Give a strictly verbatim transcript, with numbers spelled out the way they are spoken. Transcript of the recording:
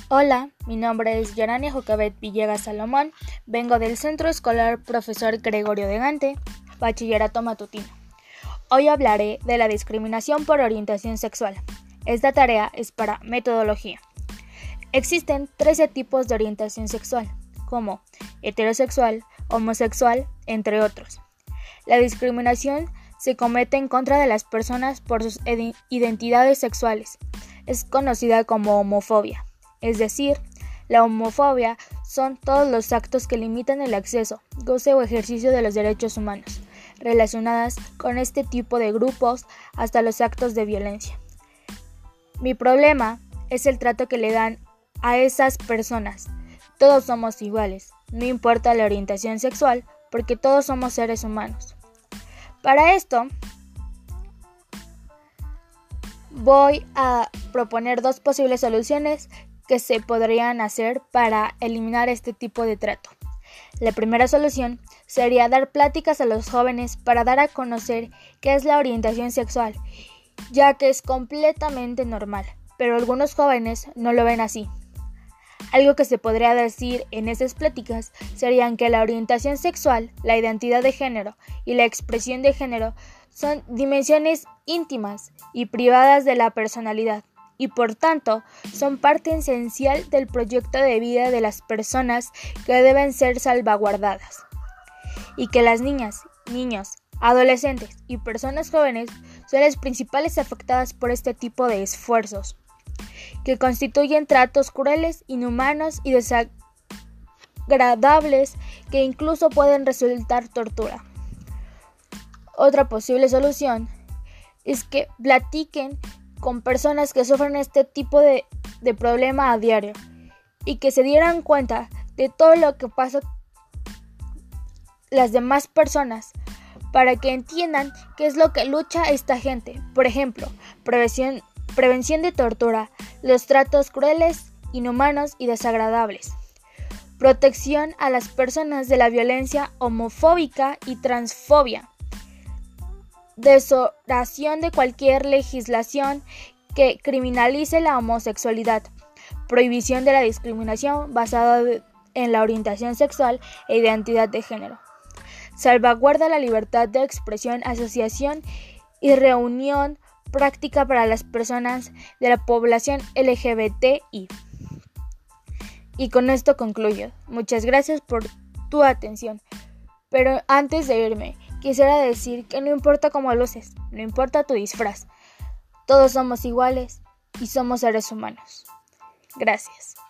Hola, mi nombre es Yarania Jocabet Villegas Salomón, vengo del Centro Escolar Profesor Gregorio de Gante, Bachillerato Matutino. Hoy hablaré de la discriminación por orientación sexual. Esta tarea es para metodología. Existen trece tipos de orientación sexual, como heterosexual, homosexual, entre otros. La discriminación se comete en contra de las personas por sus identidades sexuales. Es conocida como homofobia. Es decir, la homofobia son todos los actos que limitan el acceso, goce o ejercicio de los derechos humanos, relacionadas con este tipo de grupos hasta los actos de violencia. Mi problema es el trato que le dan a esas personas. Todos somos iguales, no importa la orientación sexual, porque todos somos seres humanos. Para esto, voy a proponer dos posibles soluciones que se podrían hacer para eliminar este tipo de trato. La primera solución sería dar pláticas a los jóvenes para dar a conocer qué es la orientación sexual, ya que es completamente normal, pero algunos jóvenes no lo ven así. Algo que se podría decir en esas pláticas serían que la orientación sexual, la identidad de género y la expresión de género son dimensiones íntimas y privadas de la personalidad, y por tanto son parte esencial del proyecto de vida de las personas que deben ser salvaguardadas, y que las niñas, niños, adolescentes y personas jóvenes son las principales afectadas por este tipo de esfuerzos, que constituyen tratos crueles, inhumanos y desagradables que incluso pueden resultar tortura. Otra posible solución es que platiquen con personas que sufren este tipo de, de problema a diario y que se dieran cuenta de todo lo que pasa las demás personas para que entiendan qué es lo que lucha esta gente. Por ejemplo, prevención, prevención de tortura, los tratos crueles, inhumanos y desagradables, protección a las personas de la violencia homofóbica y transfobia, derogación de cualquier legislación que criminalice la homosexualidad, prohibición de la discriminación basada en la orientación sexual e identidad de género, salvaguarda la libertad de expresión, asociación y reunión práctica para las personas de la población L G B T I. Y con esto concluyo. Muchas gracias por tu atención. Pero antes de irme, quisiera decir que no importa cómo luces, no importa tu disfraz, todos somos iguales y somos seres humanos. Gracias.